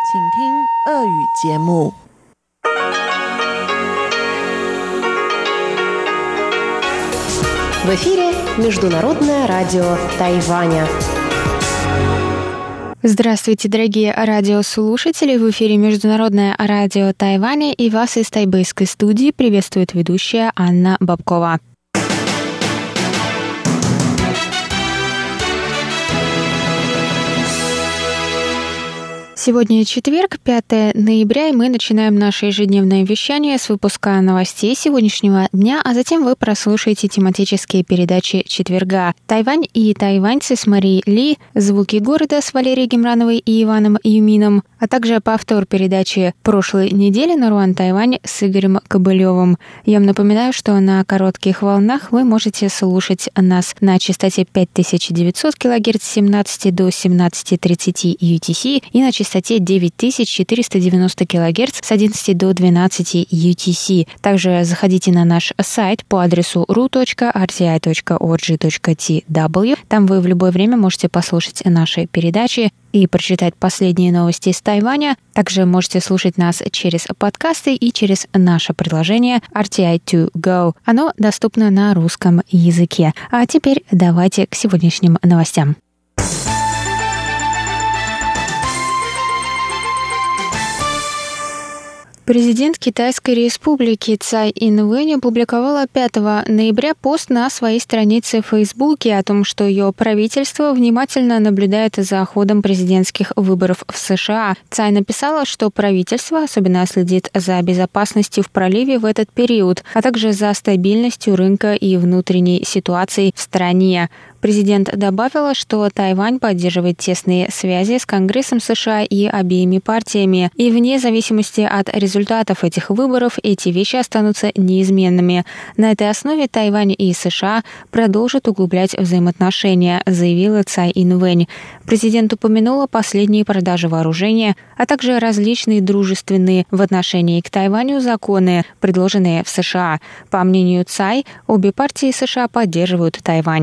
请听俄语节目。 В эфире Международное радио Тайваня. Здравствуйте, дорогие радиослушатели! В эфире Международное радио Тайваня, и вас из тайбэйской студии приветствует ведущая Анна Бабкова. Сегодня четверг, 5 ноября, и мы начинаем наше ежедневное вещание с выпуска новостей сегодняшнего дня, а затем вы прослушаете тематические передачи четверга. «Тайвань и тайваньцы» с Марией Ли, «Звуки города» с Валерией Гемрановой и Иваном Юмином, а также повтор передачи прошлой недели «Наруан Тайвань» с Игорем Кобылевым. Я вам напоминаю, что на коротких волнах вы можете слушать нас на частоте 5900 кГц с 17 до 17:30 UTC и на частоте 9490 кГц с 11 до 12 UTC. Также заходите на наш сайт по адресу ru.rti.org.tw. Там вы в любое время можете послушать наши передачи и прочитать последние новости из Тайваня. Также можете слушать нас через подкасты и через наше приложение RTI2Go. Оно доступно на русском языке. А теперь давайте к сегодняшним новостям. Президент Китайской Республики Цай Ин-вэнь опубликовала 5 ноября пост на своей странице в Фейсбуке о том, что ее правительство внимательно наблюдает за ходом президентских выборов в США. Цай написала, что правительство особенно следит за безопасностью в проливе в этот период, а также за стабильностью рынка и внутренней ситуацией в стране. Президент добавила, что Тайвань поддерживает тесные связи с Конгрессом США и обеими партиями, и вне зависимости от результатов этих выборов эти вещи останутся неизменными. На этой основе Тайвань и США продолжат углублять взаимоотношения, заявила Цай Ин-вэнь. Президент упомянула последние продажи вооружения, а также различные дружественные в отношении к Тайваню законы, предложенные в США. По мнению Цай, обе партии США поддерживают Тайвань.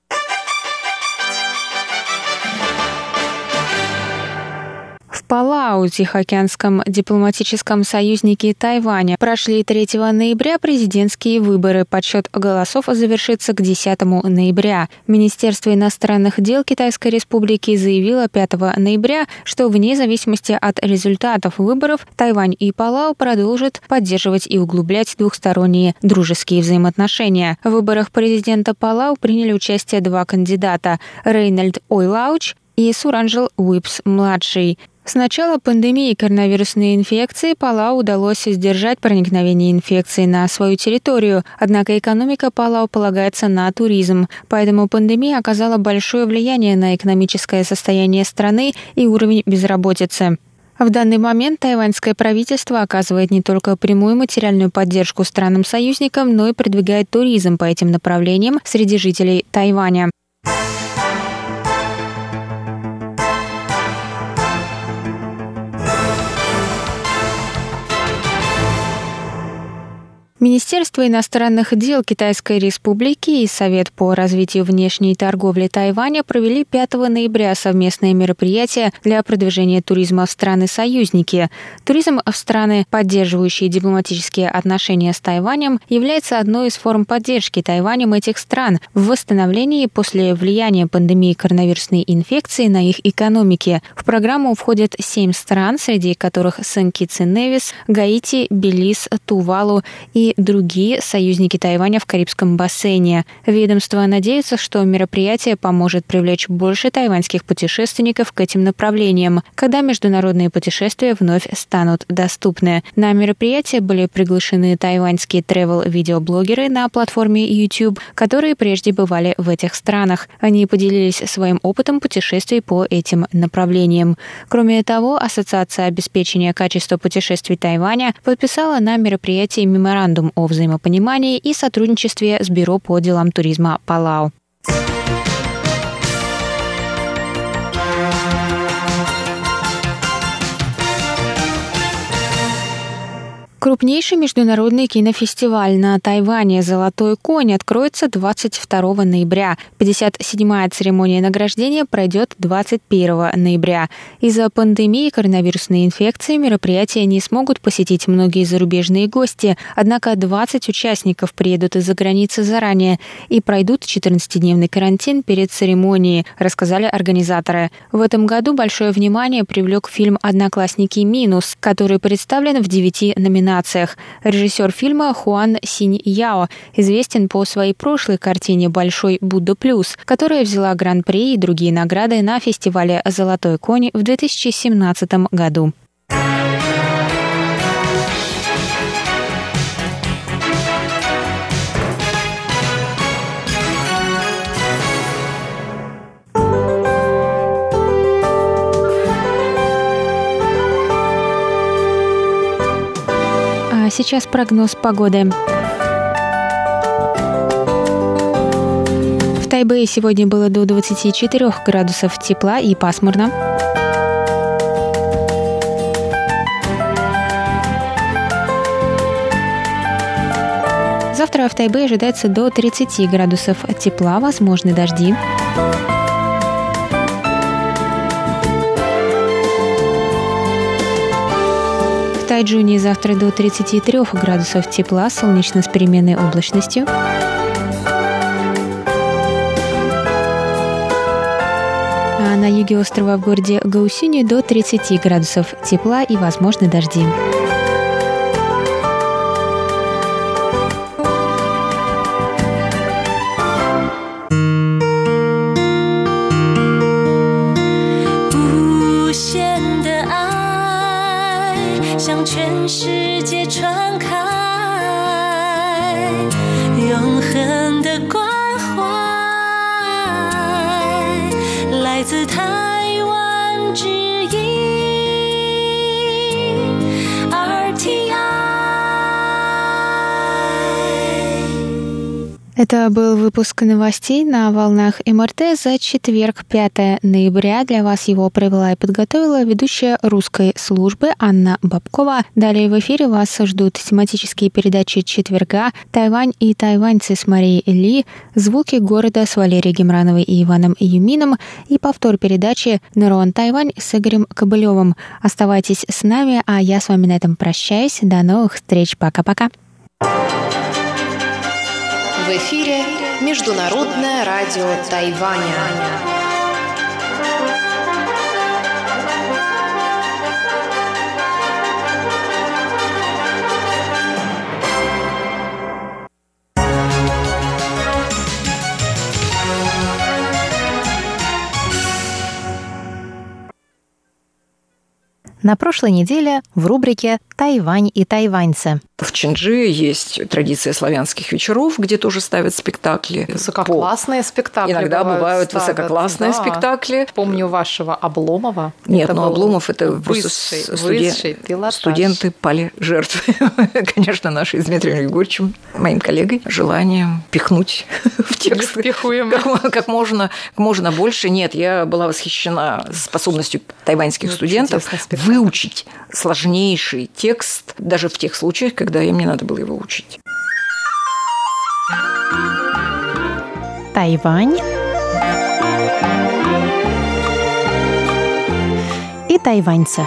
В Палау, Тихоокеанском дипломатическом союзнике Тайваня, прошли 3 ноября президентские выборы. Подсчет голосов завершится к 10 ноября. Министерство иностранных дел Китайской Республики заявило 5 ноября, что вне зависимости от результатов выборов Тайвань и Палау продолжат поддерживать и углублять двухсторонние дружеские взаимоотношения. В выборах президента Палау приняли участие 2 кандидата – Рейнольд Ойлауч и Суранжел Уипс-младший. С начала пандемии коронавирусной инфекции Палау удалось сдержать проникновение инфекции на свою территорию, однако экономика Палау полагается на туризм, поэтому пандемия оказала большое влияние на экономическое состояние страны и уровень безработицы. В данный момент тайваньское правительство оказывает не только прямую материальную поддержку странам-союзникам, но и продвигает туризм по этим направлениям среди жителей Тайваня. Министерство иностранных дел Китайской Республики и Совет по развитию внешней торговли Тайваня провели 5 ноября совместное мероприятие для продвижения туризма в страны-союзники. Туризм в страны, поддерживающие дипломатические отношения с Тайванем, является одной из форм поддержки Тайванем этих стран в восстановлении после влияния пандемии коронавирусной инфекции на их экономики. В программу входят 7 стран, среди которых Сент-Китс и Невис, Гаити, Белиз, Тувалу и другие союзники Тайваня в Карибском бассейне. Ведомство надеется, что мероприятие поможет привлечь больше тайваньских путешественников к этим направлениям, когда международные путешествия вновь станут доступны. На мероприятие были приглашены тайваньские тревел-видеоблогеры на платформе YouTube, которые прежде бывали в этих странах. Они поделились своим опытом путешествий по этим направлениям. Кроме того, Ассоциация обеспечения качества путешествий Тайваня подписала на мероприятии меморандум о взаимопонимании и сотрудничестве с Бюро по делам туризма Палау. Крупнейший международный кинофестиваль на Тайване «Золотой конь» откроется 22 ноября. 57-я церемония награждения пройдет 21 ноября. Из-за пандемии и коронавирусной инфекции мероприятия не смогут посетить многие зарубежные гости, однако 20 участников приедут из-за границы заранее и пройдут 14-дневный карантин перед церемонией, рассказали организаторы. В этом году большое внимание привлек фильм «Одноклассники минус», который представлен в 9 номинациях. Режиссер фильма Хуан Синь Яо известен по своей прошлой картине «Большой Будда Плюс», которая взяла гран-при и другие награды на фестивале «Золотой конь» в 2017 году. Сейчас прогноз погоды. В Тайбэе сегодня было до 24 градусов тепла и пасмурно. Завтра в Тайбэе ожидается до 30 градусов тепла, возможны дожди. В Тайчжуне завтра до 33 градусов тепла, солнечно с переменной облачностью. А на юге острова в городе Гаосюне до 30 градусов тепла и возможны дожди. Это был выпуск новостей на волнах МРТ за четверг, 5 ноября. Для вас его провела и подготовила ведущая русской службы Анна Бабкова. Далее в эфире вас ждут тематические передачи четверга «Тайвань и тайваньцы» с Марией Ли, «Звуки города» с Валерией Гемрановой и Иваном Юмином и повтор передачи «Неруан Тайвань» с Игорем Кобылевым. Оставайтесь с нами, а я с вами на этом прощаюсь. До новых встреч. Пока-пока. В эфире Международное радио Тайваня. На прошлой неделе в рубрике «Тайвань и тайваньцы». В Чинджи есть традиция славянских вечеров, где тоже ставят спектакли. Высококлассные спектакли. Иногда бывают высококлассные спектакли. Помню вашего Обломова. Нет, Обломов – это просто студенты пали жертвой. Конечно, наши с Дмитрием Егоровичем, моим коллегой, желанием пихнуть в текст как можно больше. Нет, я была восхищена способностью тайваньских студентов выучить сложнейший текст, даже в тех случаях, когда им не надо было его учить. Тайвань и тайваньцы.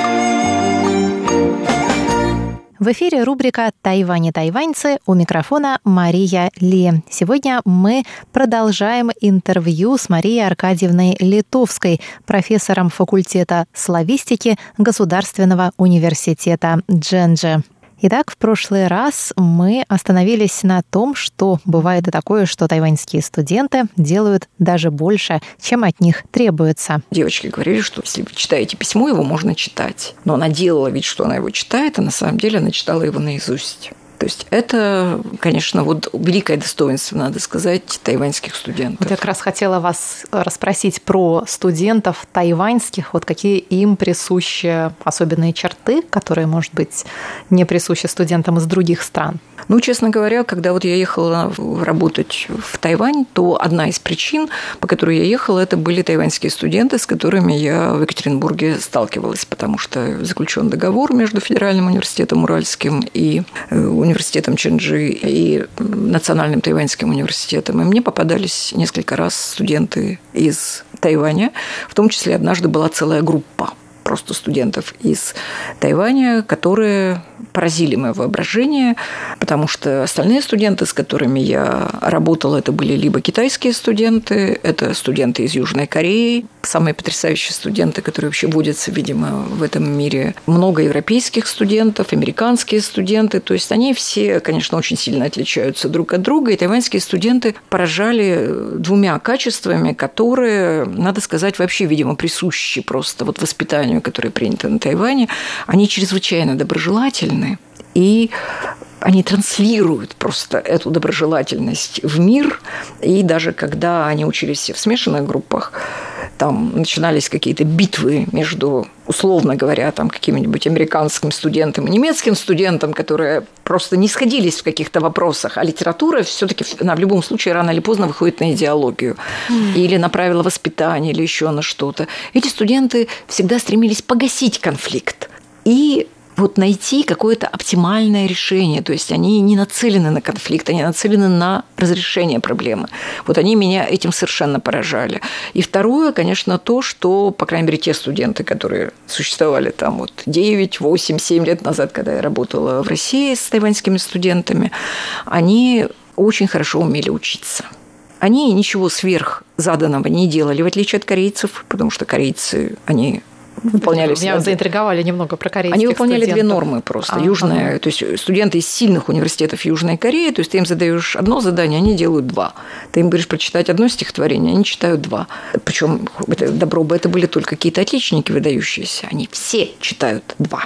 В эфире рубрика «Тайвань и тайваньцы», у микрофона Мария Ли. Сегодня мы продолжаем интервью с Марией Аркадьевной Литовской, профессором факультета славистики Государственного университета Джэнджи. Итак, в прошлый раз мы остановились на том, что бывает и такое, что тайваньские студенты делают даже больше, чем от них требуется. Девочки говорили, что если вы читаете письмо, его можно читать. Но она делала вид, что она его читает, а на самом деле она читала его наизусть. То есть это, конечно, вот великое достоинство, надо сказать, тайваньских студентов. Вот я как раз хотела вас расспросить про студентов тайваньских, вот какие им присущи особенные черты, которые, может быть, не присущи студентам из других стран. Ну, честно говоря, когда вот я ехала работать в Тайвань, то одна из причин, по которой я ехала, это были тайваньские студенты, с которыми я в Екатеринбурге сталкивалась, потому что заключен договор между Федеральным университетом Уральским и университетом Чэньчжи и Национальным тайваньским университетом. И мне попадались несколько раз студенты из Тайваня, в том числе однажды была целая группа просто студентов из Тайваня, которые поразили мое воображение, потому что остальные студенты, с которыми я работала, это были либо китайские студенты, это студенты из Южной Кореи, самые потрясающие студенты, которые вообще водятся, видимо, в этом мире. Много европейских студентов, американские студенты, то есть они все, конечно, очень сильно отличаются друг от друга, и тайваньские студенты поражали двумя качествами, которые, надо сказать, вообще, видимо, присущи просто вот воспитанию, которое принято на Тайване. Они чрезвычайно доброжелательны, и они транслируют просто эту доброжелательность в мир. И даже когда они учились все в смешанных группах, там начинались какие-то битвы между, условно говоря, там каким-нибудь американским студентом и немецким студентом, которые просто не сходились в каких-то вопросах. А литература все-таки она в любом случае рано или поздно выходит на идеологию или на правила воспитания, или еще на что-то. Эти студенты всегда стремились погасить конфликт и вот найти какое-то оптимальное решение. То есть они не нацелены на конфликт, они нацелены на разрешение проблемы. Вот они меня этим совершенно поражали. И второе, конечно, то, что, по крайней мере, те студенты, которые существовали там вот 9, 8, 7 лет назад, когда я работала в России с тайваньскими студентами, они очень хорошо умели учиться. Они ничего сверхзаданного не делали, в отличие от корейцев, потому что корейцы, они выполняли все. Меня заинтриговали немного про корейских Они выполняли студентов. 2 нормы просто. Южная, то есть студенты из сильных университетов Южной Кореи, то есть ты им задаешь одно задание, они делают 2. Ты им говоришь прочитать одно стихотворение, они читают 2. Причем добро бы это были только какие-то отличники выдающиеся. Они все читают 2.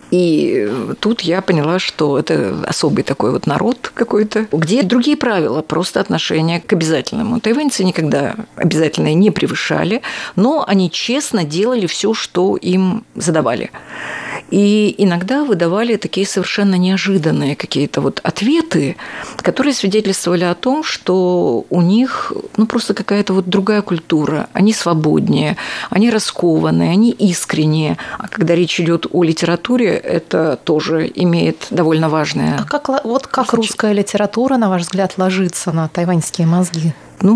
И тут я поняла, что это особый такой вот народ какой-то, где другие правила, просто отношение к обязательному. Тайваньцы никогда обязательное не превышали, но они честно делали все, что им задавали. И иногда выдавали такие совершенно неожиданные какие-то вот ответы, которые свидетельствовали о том, что у них просто какая-то вот другая культура. Они свободнее, они раскованные, они искренние. А когда речь идет о литературе, это тоже имеет довольно важное. А как русская литература, на ваш взгляд, ложится на тайваньские мозги?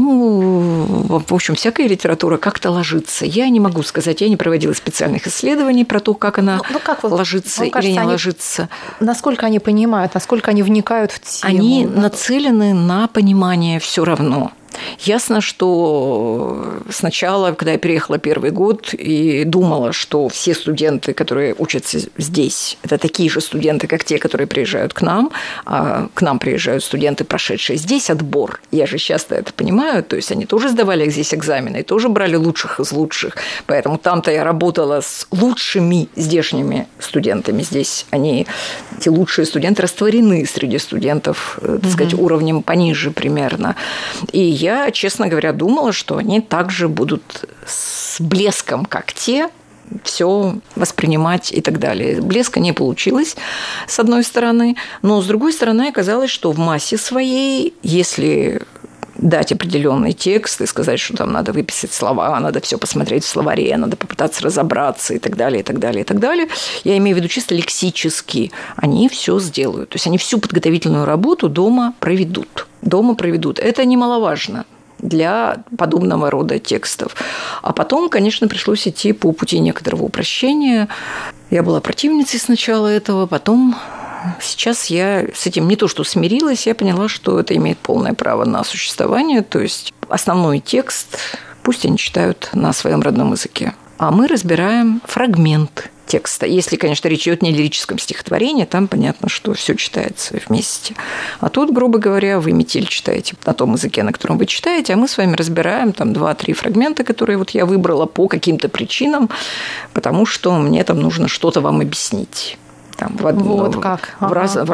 В общем, всякая литература как-то ложится. Я не могу сказать, я не проводила специальных исследований про то, как она ложится или не ложится. Насколько они понимают, насколько они вникают в тему? Они нацелены на понимание все равно. Ясно, что сначала, когда я переехала первый год и думала, что все студенты, которые учатся здесь, это такие же студенты, как те, которые приезжают к нам, а к нам приезжают студенты, прошедшие здесь отбор. Я же часто это понимаю, то есть они тоже сдавали здесь экзамены и тоже брали лучших из лучших. Поэтому там-то я работала с лучшими здешними студентами. Здесь эти лучшие студенты растворены среди студентов, так сказать, уровнем пониже примерно. И я, честно говоря, думала, что они также будут с блеском, как те, все воспринимать и так далее. Блеска не получилось, с одной стороны, но с другой стороны оказалось, что в массе своей, если дать определенный текст и сказать, что там надо выписать слова, надо все посмотреть в словаре, надо попытаться разобраться и так далее, и так далее, и так далее. Я имею в виду чисто лексически. Они все сделают. То есть они всю подготовительную работу дома проведут. Это немаловажно для подобного рода текстов. А потом, конечно, пришлось идти по пути некоторого упрощения. Я была противницей сначала этого, потом сейчас я с этим не то что смирилась, я поняла, что это имеет полное право на существование. То есть основной текст пусть они читают на своем родном языке. А мы разбираем фрагмент текста. Если, конечно, речь идет не о лирическом стихотворении, там понятно, что все читается вместе. А тут, грубо говоря, вы метель читаете на том языке, на котором вы читаете, а мы с вами разбираем там 2-3 фрагмента, которые вот я выбрала по каким-то причинам, потому что мне там нужно что-то вам объяснить. Там, в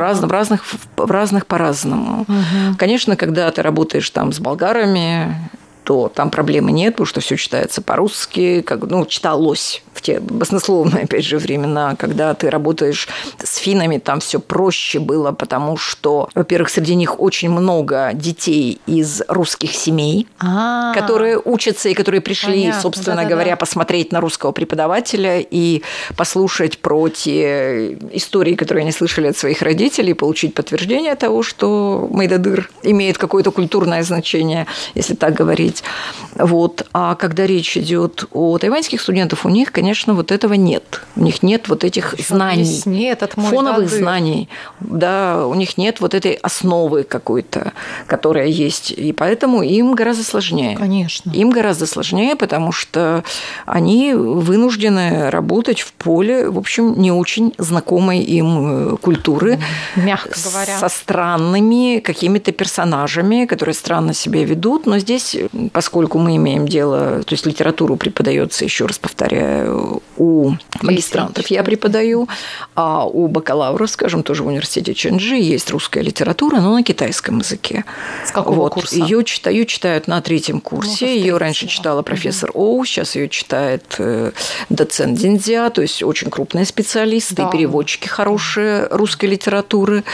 разных по-разному. Угу. Конечно, когда ты работаешь там с болгарами, то там проблемы нет, потому что все читается по-русски, читалось в те баснословные, опять же, времена, когда ты работаешь с финнами, там все проще было, потому что, во-первых, среди них очень много детей из русских семей, которые учатся и которые пришли, собственно говоря, посмотреть на русского преподавателя и послушать про те истории, которые они слышали от своих родителей, получить подтверждение того, что Мойдодыр имеет какое-то культурное значение, если так говорить. Вот. А когда речь идет о тайваньских студентах, у них, конечно, вот этого нет. У них нет вот этих знаний, фоновых знаний. Да, у них нет вот этой основы какой-то, которая есть. И поэтому им гораздо сложнее. Конечно. Им гораздо сложнее, потому что они вынуждены работать в поле, в общем, не очень знакомой им культуры. Мягко говоря. Со странными какими-то персонажами, которые странно себя ведут. Но здесь, поскольку мы имеем дело, то есть литературу преподается, еще раз повторяю, у магистрантов я преподаю, а у бакалавров, скажем, тоже в университете Чэньчжи есть русская литература, но на китайском языке. С какого курса? Ее читают на 3-м курсе. Ее раньше читала профессор Оу, сейчас ее читает доцент Диндзя, то есть очень крупные специалисты, и переводчики хорошие русской литературы.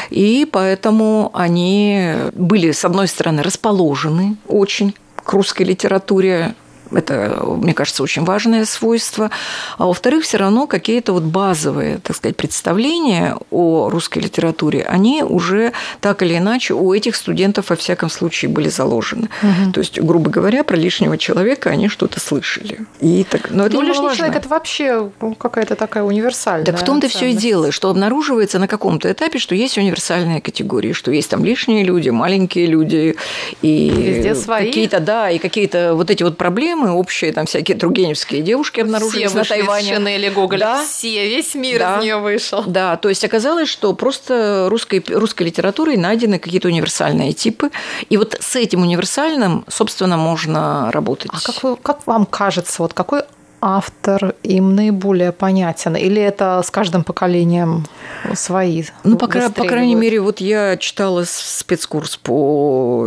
И поэтому они были, с одной стороны, расположены очень к русской литературе. Это, мне кажется, очень важное свойство. А во-вторых, все равно какие-то вот базовые, так сказать, представления о русской литературе, они уже так или иначе у этих студентов, во всяком случае, были заложены. Угу. То есть, грубо говоря, про лишнего человека они что-то слышали. И так, но это лишний человек – это вообще какая-то такая универсальная. Так в том-то все и дело, что обнаруживается на каком-то этапе, что есть универсальные категории, что есть там лишние люди, маленькие люди, и везде свои. Какие-то вот эти вот проблемы, общие, там всякие тургеневские девушки обнаружились на Тайване. Все Шинель и Гоголь, весь мир из нее вышел. Да, то есть оказалось, что просто русской литературой найдены какие-то универсальные типы, и вот с этим универсальным, собственно, можно работать. А как вам кажется, вот какой автор им наиболее понятен? Или это с каждым поколением свои? По крайней мере, вот я читала спецкурс по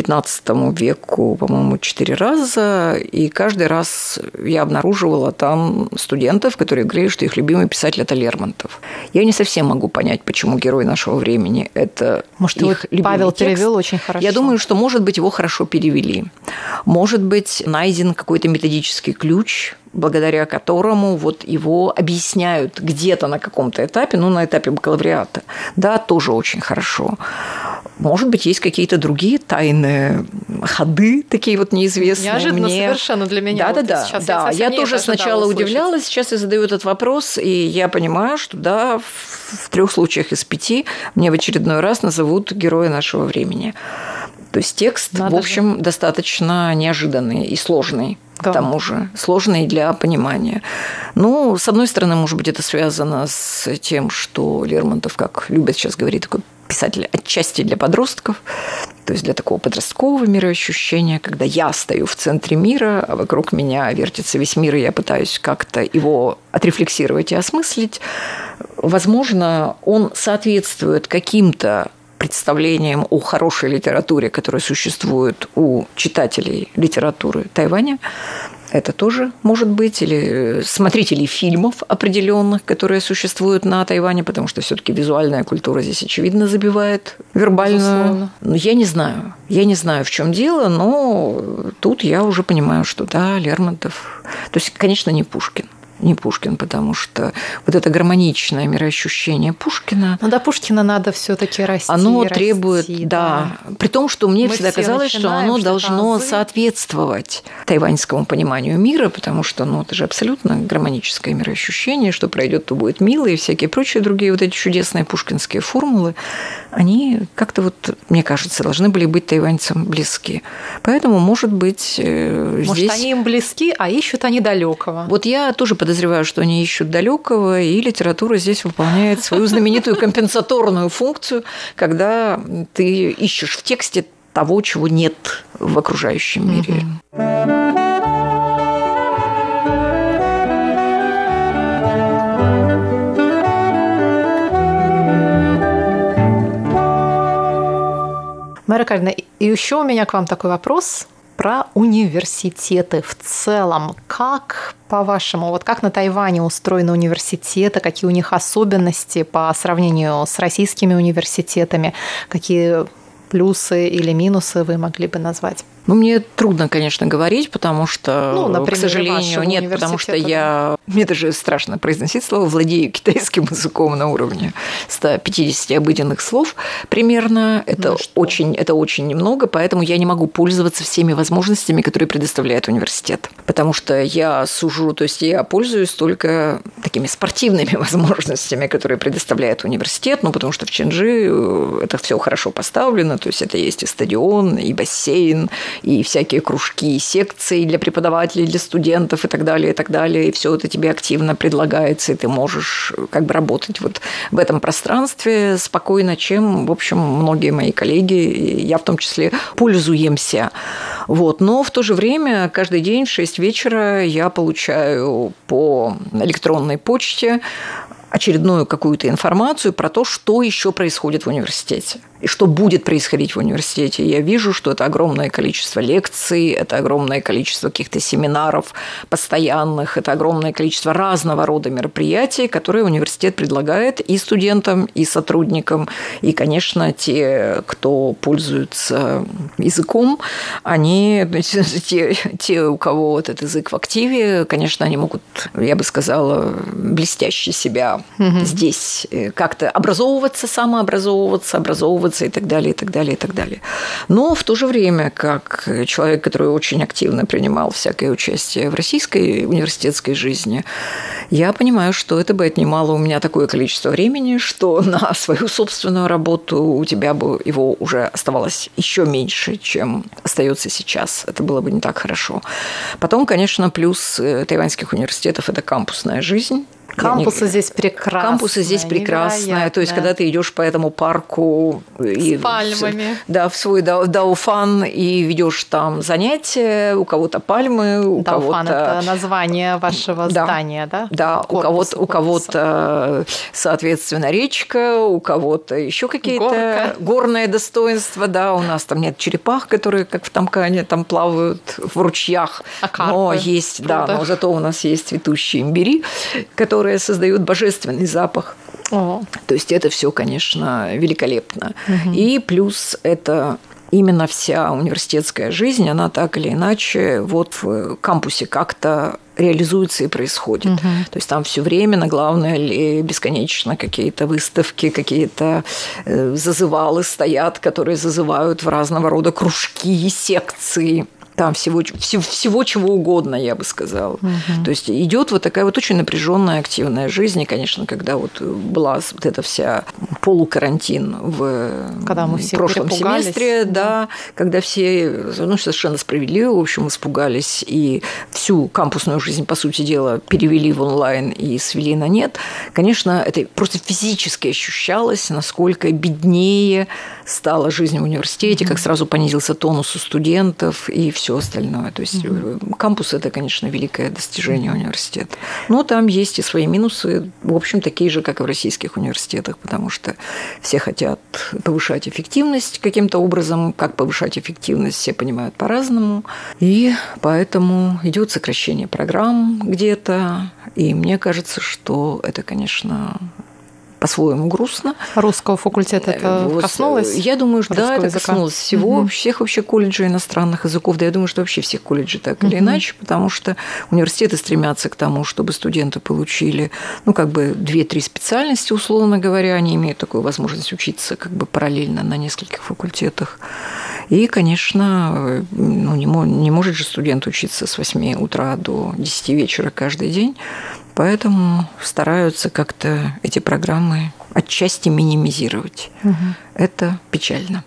XIX веку, по-моему, 4 раза, и каждый раз я обнаруживала там студентов, которые говорили, что их любимый писатель – это Лермонтов. Я не совсем могу понять, почему герой нашего времени – это может, их любимый Павел текст. Перевел очень хорошо. Я думаю, что, может быть, его хорошо перевели. Может быть, найден какой-то методический ключ, благодаря которому вот его объясняют где-то на каком-то этапе, на этапе бакалавриата. Да, тоже очень хорошо. Может быть, есть какие-то другие тайные ходы, такие вот неизвестные Неожиданно мне. Совершенно для меня. Да. Я тоже сначала удивлялась, сейчас я задаю этот вопрос, и я понимаю, что да, в 3 случаях из 5 мне в очередной раз назовут героя нашего времени. То есть текст, в общем, достаточно неожиданный и сложный. К тому же, сложный для понимания. С одной стороны, может быть, это связано с тем, что Лермонтов, как любят сейчас говорить, такой писатель отчасти для подростков, то есть для такого подросткового мироощущения, когда я стою в центре мира, а вокруг меня вертится весь мир, и я пытаюсь как-то его отрефлексировать и осмыслить. Возможно, он соответствует каким-то представлениям о хорошей литературе, которая существует у читателей литературы Тайваня. Это тоже может быть. Или смотрителей фильмов определенных, которые существуют на Тайване, потому что все-таки визуальная культура здесь, очевидно, забивает вербальную. Я не знаю. Я не знаю, в чем дело, но тут я уже понимаю, что да, Лермонтов. То есть, конечно, не Пушкин. Не Пушкин, потому что вот это гармоничное мироощущение Пушкина. До Пушкина надо все-таки расти. Оно требует, да. При том, что мне всегда казалось, что оно должно соответствовать тайваньскому пониманию мира, потому что это же абсолютно гармоническое мироощущение, что пройдет, то будет мило, и всякие прочие другие вот эти чудесные пушкинские формулы, они как-то мне кажется, должны были быть тайваньцам близки. Поэтому, может быть, здесь... Может, они им близки, а ищут они далекого. Вот я тоже подозреваю, что они ищут далекого, и литература здесь выполняет свою знаменитую компенсаторную функцию, когда ты ищешь в тексте того, чего нет в окружающем мире. Мария Аркадьевна, и еще у меня к вам такой вопрос про университеты в целом. Как, по-вашему, вот как на Тайване устроены университеты, какие у них особенности по сравнению с российскими университетами, какие плюсы или минусы вы могли бы назвать? Ну, мне трудно, конечно, говорить, потому что, например, к сожалению, нет, потому что мне даже страшно произносить слово, владею китайским языком на уровне 150 обыденных слов примерно. Это очень немного, поэтому я не могу пользоваться всеми возможностями, которые предоставляет университет. Потому что я сужу, то есть я пользуюсь только такими спортивными возможностями, которые предоставляет университет, потому что в Чэньчжи это все хорошо поставлено, то есть это есть и стадион, и бассейн, и всякие кружки, и секции для преподавателей, для студентов и так далее, и все это тебе активно предлагается, и ты можешь как бы работать вот в этом пространстве спокойно, чем, в общем, многие мои коллеги, и я в том числе, пользуемся. Вот. Но в то же время каждый день в 6 вечера я получаю по электронной почте очередную какую-то информацию про то, что еще происходит в университете и что будет происходить в университете. Я вижу, что это огромное количество лекций, это огромное количество каких-то семинаров постоянных, это огромное количество разного рода мероприятий, которые университет предлагает и студентам, и сотрудникам. И, конечно, те, кто пользуется языком, они, те, у кого вот этот язык в активе, конечно, они могут, я бы сказала, блестяще себя здесь как-то самообразовываться, образовываться и так далее, и так далее, и так далее. Но в то же время, как человек, который очень активно принимал всякое участие в российской университетской жизни, я понимаю, что это бы отнимало у меня такое количество времени, что на свою собственную работу у тебя бы его уже оставалось еще меньше, чем остается сейчас. Это было бы не так хорошо. Потом, конечно, плюс тайваньских университетов – это кампусная жизнь. Кампусы здесь прекрасные. Кампусы здесь прекрасные. То есть, когда ты идешь по этому парку с пальмами. В свой Даофан и ведешь там занятия, у кого-то пальмы, у Даофан кого-то. Это название вашего здания, да? Да, у кого-то, соответственно, речка, у кого-то еще какие-то горные достоинства. Да, у нас там нет черепах, которые, как в Тамкане, там плавают в ручьях. Но есть, но зато у нас есть цветущие имбири, которые создают божественный запах. То есть это все, конечно, великолепно. И плюс это именно вся университетская жизнь, она так или иначе вот в кампусе как-то реализуется и происходит. То есть там все время, главное, бесконечно какие-то выставки, какие-то зазывалы стоят, которые зазывают в разного рода кружки, секции. Там всего чего угодно, я бы сказала. То есть идет вот такая вот очень напряженная, активная жизнь. И, конечно, когда вот была вот эта вся полукарантин в прошлом семестре, когда все совершенно справедливо, в общем, испугались и всю кампусную жизнь, по сути дела, перевели в онлайн и свели на нет, конечно, это просто физически ощущалось, насколько беднее стала жизнь в университете, как сразу понизился тонус у студентов и все остальное. То есть кампус – это, конечно, великое достижение университета. Но там есть и свои минусы, в общем, такие же, как и в российских университетах, потому что все хотят повышать эффективность каким-то образом. Как повышать эффективность, все понимают по-разному. И поэтому идет сокращение программ где-то. И мне кажется, что это, конечно, по-своему грустно. Русского факультета это коснулось? Я думаю, что да, это коснулось всех вообще колледжей иностранных языков. Да, я думаю, что вообще всех колледжей так или иначе, потому что университеты стремятся к тому, чтобы студенты получили, 2-3 специальности, условно говоря. Они имеют такую возможность учиться параллельно на нескольких факультетах. И, конечно, не может же студент учиться с 8 утра до 10 вечера каждый день. Поэтому стараются как-то эти программы отчасти минимизировать. Это печально.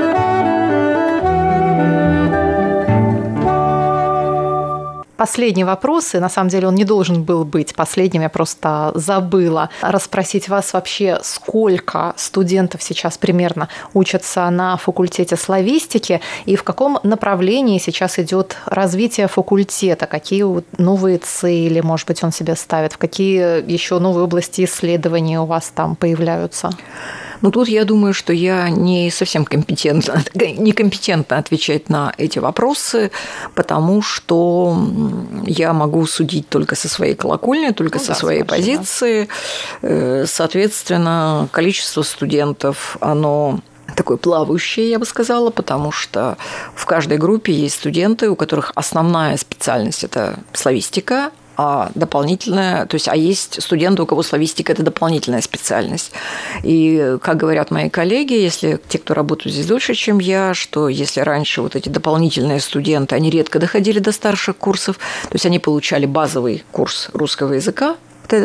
Последний вопрос, и на самом деле он не должен был быть последним, я просто забыла расспросить вас вообще, сколько студентов сейчас примерно учатся на факультете славистики и в каком направлении сейчас идет развитие факультета, какие новые цели, может быть, он себе ставит, в какие еще новые области исследований у вас там появляются? Ну, тут я думаю, что я не совсем некомпетентна отвечать на эти вопросы, потому что я могу судить только со своей колокольни, только со своей позиции. Соответственно, количество студентов, оно такое плавающее, я бы сказала, потому что в каждой группе есть студенты, у которых основная специальность – это славистика, а дополнительная, то есть, а есть студенты, у кого славистика – это дополнительная специальность. И, как говорят мои коллеги, если те, кто работают здесь дольше, чем я, что если раньше вот эти дополнительные студенты, они редко доходили до старших курсов, то есть они получали базовый курс русского языка,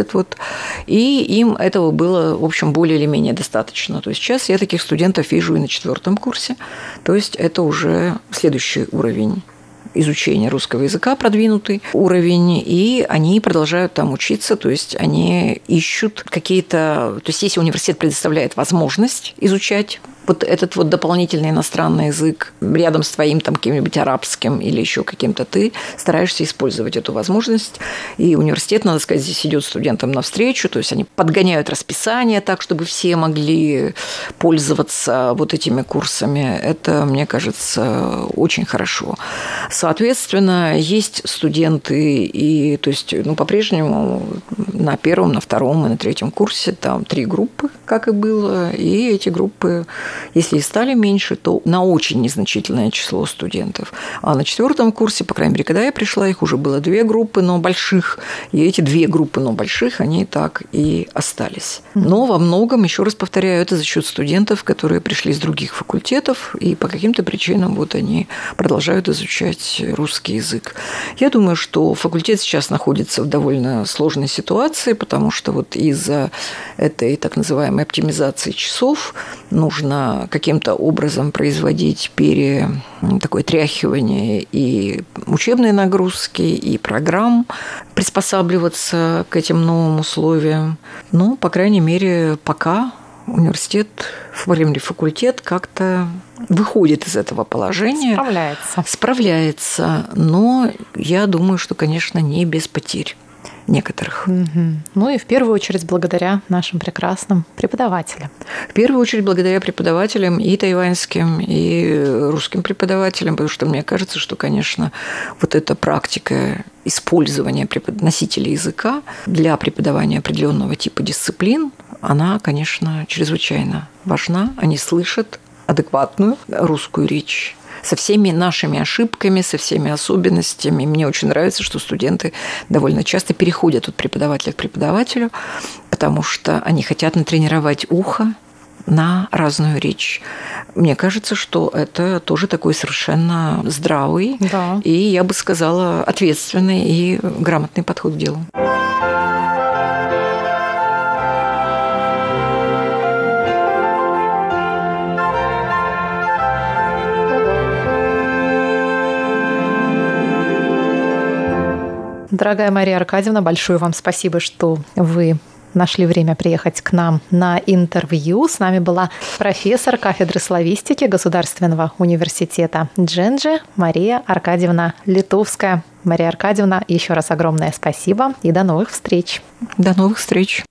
и им этого было, в общем, более или менее достаточно. То есть сейчас я таких студентов вижу и на 4 курсе, то есть это уже следующий уровень изучения русского языка, продвинутый уровень, и они продолжают там учиться, то есть они ищут какие-то... То есть если университет предоставляет возможность изучать вот этот вот дополнительный иностранный язык рядом с твоим там каким-нибудь арабским или еще каким-то, ты стараешься использовать эту возможность. И университет, надо сказать, здесь идет студентам навстречу, то есть они подгоняют расписание так, чтобы все могли пользоваться вот этими курсами. Это, мне кажется, очень хорошо. Соответственно, есть студенты, и, то есть, по-прежнему на 1, на 2 и на 3 курсе там 3 группы, как и было, и эти группы, если и стали меньше, то на очень незначительное число студентов. А на 4 курсе, по крайней мере, когда я пришла, их уже было 2 группы, но больших, и эти 2 группы, но больших, они так и остались. Но во многом, еще раз повторяю, это за счет студентов, которые пришли с других факультетов, и по каким-то причинам вот они продолжают изучать русский язык. Я думаю, что факультет сейчас находится в довольно сложной ситуации, потому что вот из-за этой так называемой оптимизации часов нужно каким-то образом производить такое тряхивание и учебной нагрузки, и программ, приспосабливаться к этим новым условиям. Но, по крайней мере, пока университет, факультет как-то выходит из этого положения. Справляется. Но я думаю, что, конечно, не без потерь некоторых. Ну и в первую очередь благодаря нашим прекрасным преподавателям. В первую очередь благодаря преподавателям и тайваньским, и русским преподавателям, потому что мне кажется, что, конечно, вот эта практика использования носителей языка для преподавания определенного типа дисциплин, она, конечно, чрезвычайно важна. Они слышат адекватную русскую речь со всеми нашими ошибками, со всеми особенностями. Мне очень нравится, что студенты довольно часто переходят от преподавателя к преподавателю, потому что они хотят натренировать ухо на разную речь. Мне кажется, что это тоже такой совершенно здравый и, я бы сказала, ответственный и грамотный подход к делу. Дорогая Мария Аркадьевна, большое вам спасибо, что вы нашли время приехать к нам на интервью. С нами была профессор кафедры славистики Государственного университета Дженджи Мария Аркадьевна Литовская. Мария Аркадьевна, еще раз огромное спасибо и до новых встреч. До новых встреч.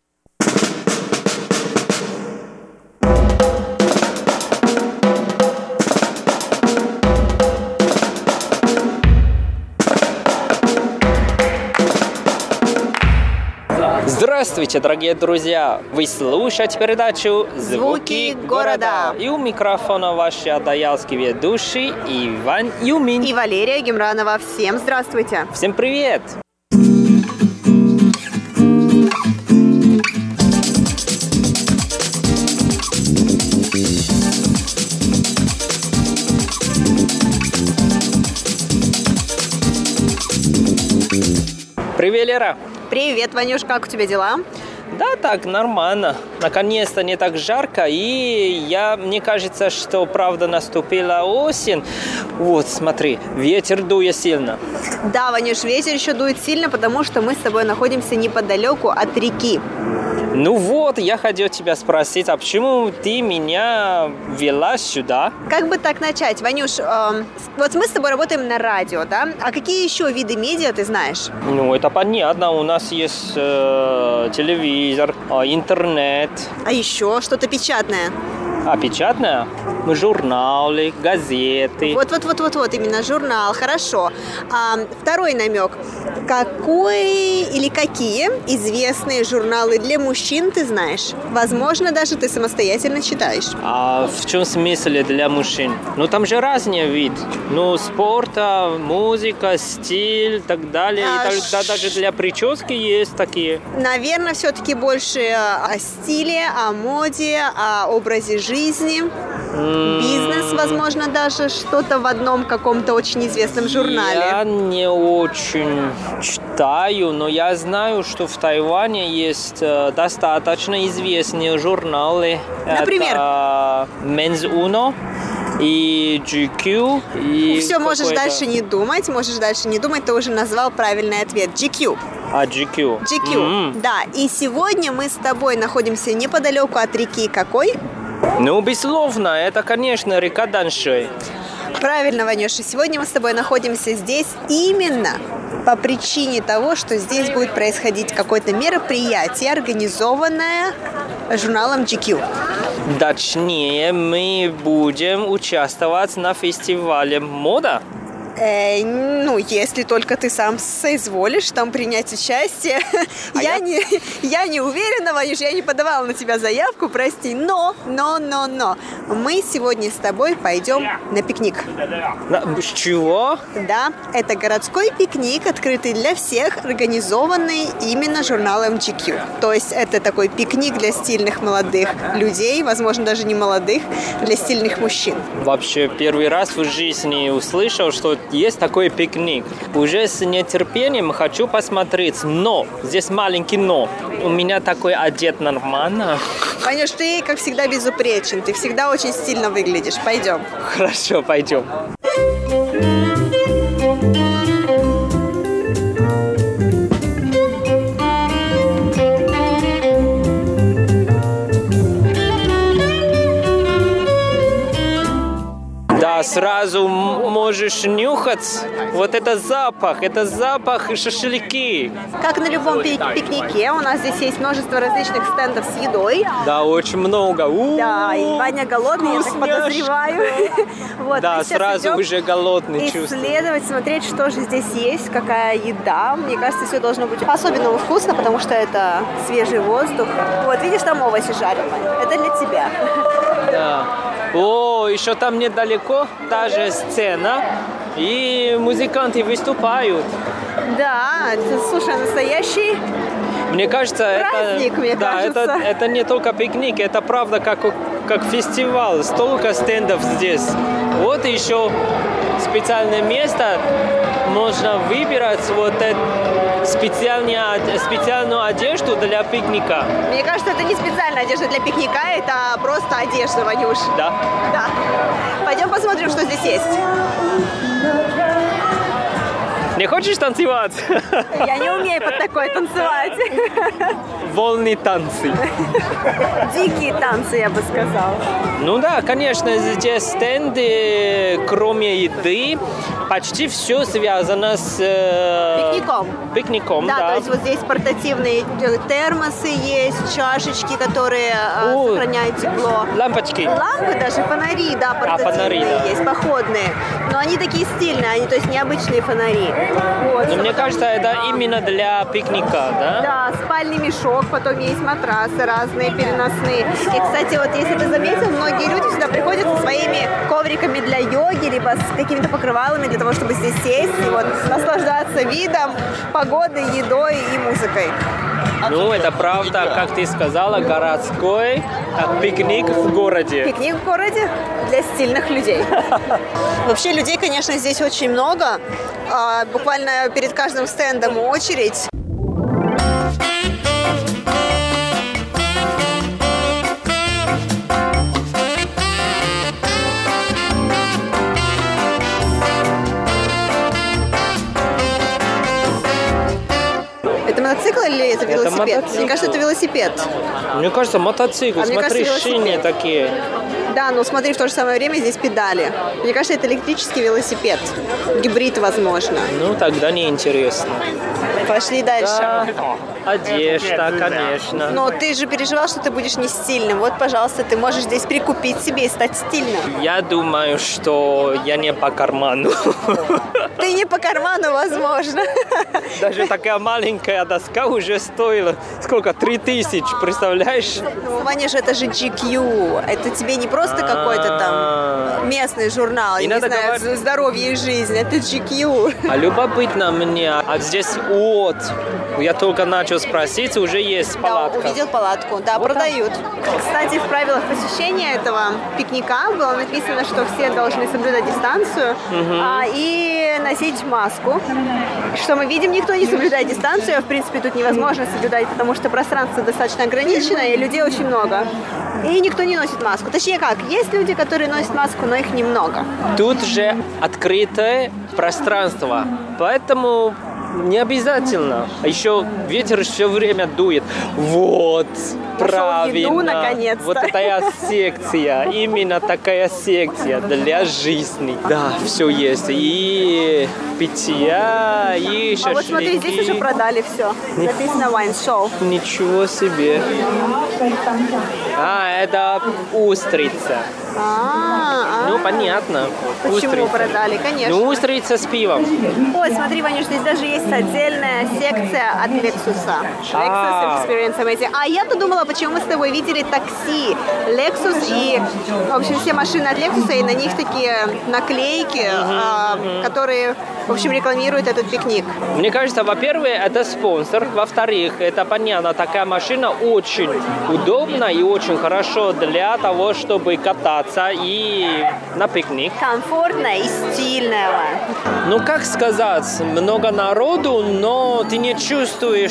Здравствуйте, дорогие друзья! Вы слушаете передачу «Звуки города». И у микрофона ваши адаялские ведущие Иван Юмин и Валерия Гемранова. Всем здравствуйте! Всем привет! Привет, Лера! Привет, Ванюш, как у тебя дела? Да, так, нормально. Наконец-то не так жарко, и мне кажется, что, правда, наступила осень. Вот, смотри, ветер дует сильно. Да, Ванюш, ветер еще дует сильно, потому что мы с тобой находимся неподалеку от реки. Ну вот, я хотел тебя спросить, а почему ты меня вела сюда? Как бы так начать, Ванюш? Вот мы с тобой работаем на радио, да? А какие еще виды медиа ты знаешь? Ну, это понятно. У нас есть телевизор, интернет. А еще что-то печатное? А печатное? Журналы, газеты. Вот, именно журнал, хорошо. Второй намек. Какой или какие известные журналы для мужчин ты знаешь? Возможно, даже ты самостоятельно читаешь. А в чем смысл для мужчин? Ну, там же разный вид. Ну, спорта, музыка, стиль и так далее. Даже для прически есть такие. Наверное, все-таки больше о стиле, о моде, о образе жизни. Бизнес, возможно, даже что-то в одном каком-то очень известном журнале. Я не очень читаю, но я знаю, что в Тайване есть достаточно известные журналы. Например? Это Men's Uno и GQ. И все, можешь дальше не думать, ты уже назвал правильный ответ. GQ. GQ. GQ, да. И сегодня мы с тобой находимся неподалеку от реки какой? Ну, безусловно, это, конечно, река Даншуй. Правильно, Ванюша. Сегодня мы с тобой находимся здесь именно по причине того, что здесь будет происходить какое-то мероприятие, организованное журналом GQ. Точнее, мы будем участвовать на фестивале мода. Если только ты сам соизволишь там принять участие. Я не уверена, Ванюш, я не подавала на тебя заявку, прости. Но. Мы сегодня с тобой пойдем на пикник. С чего? Да, это городской пикник, открытый для всех, организованный именно журналом GQ. То есть это такой пикник для стильных молодых людей, возможно, даже не молодых, для стильных мужчин. Вообще, первый раз в жизни услышал, что есть такой пикник. Уже с нетерпением хочу посмотреть, но здесь маленький но. У меня такой одет нормально. Ванюш, ты, как всегда, безупречен. Ты всегда очень стильно выглядишь. Пойдем. Хорошо, пойдем. Да, сразу можешь нюхать вот это запах шашлыки. Как на любом пикнике, у нас здесь есть множество различных стендов с едой. Да, очень много. Да, и Ваня голодный, я так подозреваю. Вот, да, сразу уже голодный чувствую. Исследовать, смотреть, что же здесь есть, какая еда. Мне кажется, все должно быть по-особенному вкусно, потому что это свежий воздух. Вот, видишь, там овощи жареные. Это для тебя. Да. О, еще там недалеко та же сцена, и музыканты выступают. Да, слушай, настоящий мне кажется, праздник, это не только пикник, это правда как фестиваль, столько стендов здесь. Вот еще специальное место, можно выбирать вот специальную одежду для пикника. Мне кажется, это не специальная одежда для пикника, это просто одежда, Ванюш. Да? Да. Пойдем посмотрим, что здесь есть. Не хочешь танцевать? Я не умею под такое танцевать. Вольные танцы. Дикие танцы, я бы сказала. Ну да, конечно, здесь стенды, кроме еды, почти все связано с... Пикником, да. То есть вот здесь портативные термосы есть, чашечки, которые сохраняют тепло. Лампочки. Лампы, даже фонари, да, портативные есть, походные. Но они такие стильные, то есть необычные фонари. Вот, но мне кажется, это именно для пикника, да? Да, спальный мешок, потом есть матрасы разные, переносные. И, кстати, вот если ты заметил, многие люди сюда приходят со своими ковриками для йоги, либо с какими-то покрывалами для того, чтобы здесь сесть и вот наслаждаться видом, погодой, едой и музыкой. Ну, это правда, как ты сказала, городской пикник в городе. Пикник в городе для стильных людей. Вообще людей, конечно, здесь очень много. Буквально перед каждым стендом очередь. Это мотоцикл или это велосипед. Мне кажется, это велосипед. Мне кажется, мотоцикл. Смотри, шины такие. Да, но смотри, в то же самое время здесь педали. Мне кажется, это электрический велосипед. Гибрид, возможно. Ну, тогда неинтересно. Пошли дальше. Да, одежда, конечно. Но ты же переживал, что ты будешь не стильным. Вот, пожалуйста, ты можешь здесь прикупить себе и стать стильным. Я думаю, что я не по карману. Ты не по карману, возможно. Даже такая маленькая доска уже стоила, сколько, 3000, представляешь? Ну, Ваня, это же GQ. Это тебе не просто какой-то там местный журнал, не знаю, здоровье и жизнь. Это GQ. А любопытно мне, а здесь вот, я только начал спросить, уже есть палатка. Да, увидел палатку, да, вот продают. Кстати, в правилах посещения этого пикника было написано, что все должны соблюдать дистанцию и носить маску. Что мы видим, никто не соблюдает дистанцию. В принципе, тут невозможно соблюдать, потому что пространство достаточно ограничено, и людей очень много. И никто не носит маску. Точнее как, есть люди, которые носят маску, но их немного. Тут же открытое пространство, поэтому не обязательно. А еще ветер все время дует. Вот, правильно. Еду, наконец-то. Вот такая секция, именно такая секция для жизни. Да, все есть. И питья, и шашлыки. А вот смотри, здесь уже продали все. Написано wine show. Ничего себе. А, это устрица. Ну, понятно. Почему устрица. Продали, конечно. Ну, устрица с пивом. Ой, смотри, Ванюш, здесь даже есть отдельная секция от Lexus. Lexus Experience Amazing. А я-то думала, почему мы с тобой видели такси Lexus и, в общем, все машины от Lexus, и на них такие наклейки, которые, в общем, рекламируют этот пикник. Мне кажется, во-первых, это спонсор. Во-вторых, это понятно, такая машина очень удобна и очень хорошо для того, чтобы кататься и на пикник. Комфортно и стильно. Ну, как сказать, много народу, но ты не чувствуешь,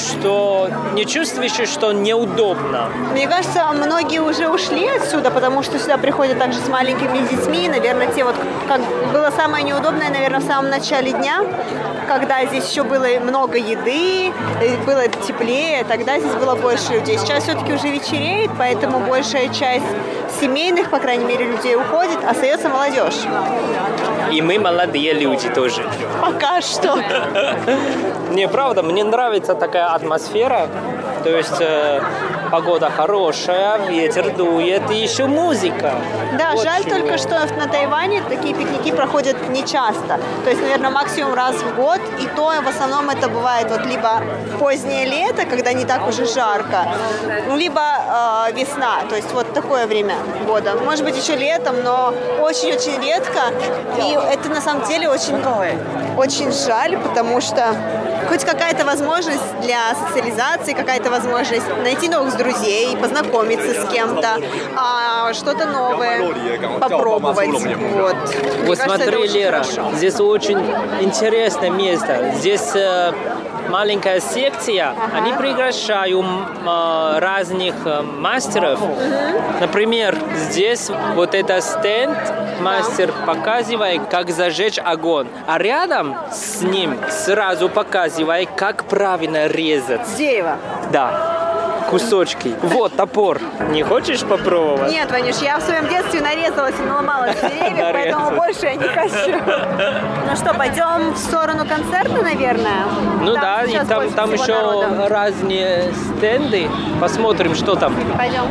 что неудобно. Мне кажется, многие уже ушли отсюда, потому что сюда приходят также с маленькими детьми. Наверное, те вот, как было самое неудобное, наверное, в самом начале дня, когда здесь еще было много еды, было теплее, тогда здесь было больше людей. Сейчас все-таки уже вечереет, поэтому большая часть семейных, по крайней мере, людей уходит, остается молодежь. И мы молодые люди тоже. Пока что. Не, правда, мне нравится такая атмосфера. То есть погода хорошая, ветер дует и еще музыка. Да, вот жаль чего. только, что на Тайване такие пикники проходят нечасто. То есть, наверное, максимум раз в год. И то в основном это бывает вот либо позднее лето, когда не так уже жарко, либо весна. То есть вот такое время года. Может быть, еще летом, но очень-очень редко. И это на самом деле очень жаль, потому что хоть какая-то возможность для социализации, какая-то возможность найти новых друзей, познакомиться с кем-то, что-то новое попробовать. Вот. Вот смотри, Лера, здесь очень интересное место. Здесь маленькая секция. Они приглашают разных мастеров. Например, здесь вот этот стенд мастер показывает, как зажечь огонь. А рядом с ним сразу показывает, как правильно резать. Дерево. Да. Кусочки. Вот топор. Не хочешь попробовать? Нет, Ванюш, я в своем детстве нарезалась и наломала деревьев, поэтому больше я не хочу. Ну что, пойдем в сторону концерта, наверное? Ну да, и там еще народа. Разные стенды. Посмотрим, что там. Пойдем.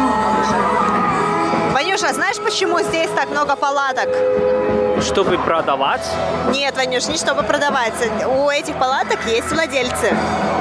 Ванюша, знаешь, почему здесь так много палаток? Чтобы продавать? Нет, Ванюш, не чтобы продавать. У этих палаток есть владельцы.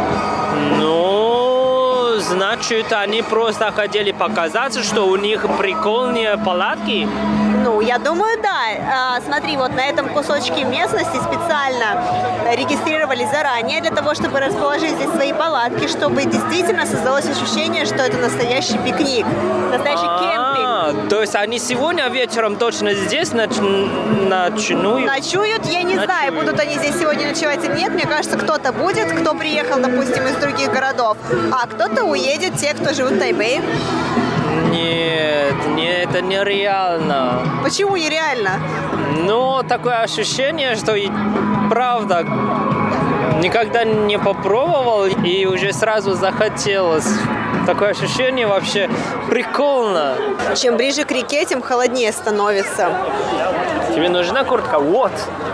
Ну, значит, они просто хотели показать, что у них прикольные палатки? Ну, я думаю, да. Смотри, вот на этом кусочке местности специально регистрировали заранее для того, чтобы расположить здесь свои палатки, чтобы действительно создалось ощущение, что это настоящий пикник, настоящий кемпинг. То есть они сегодня вечером точно здесь ночуют? Ночуют, я не знаю, будут они здесь сегодня ночевать или нет. Мне кажется, кто-то будет, кто приехал, допустим, из других городов, а кто-то уедет, те, кто живут в Тайбэе. Нет, это нереально. Почему нереально? Ну, такое ощущение, что и правда Никогда не попробовал и уже сразу захотелось. Такое ощущение вообще прикольно. Чем ближе к реке, тем холоднее становится. Тебе нужна куртка? Вот.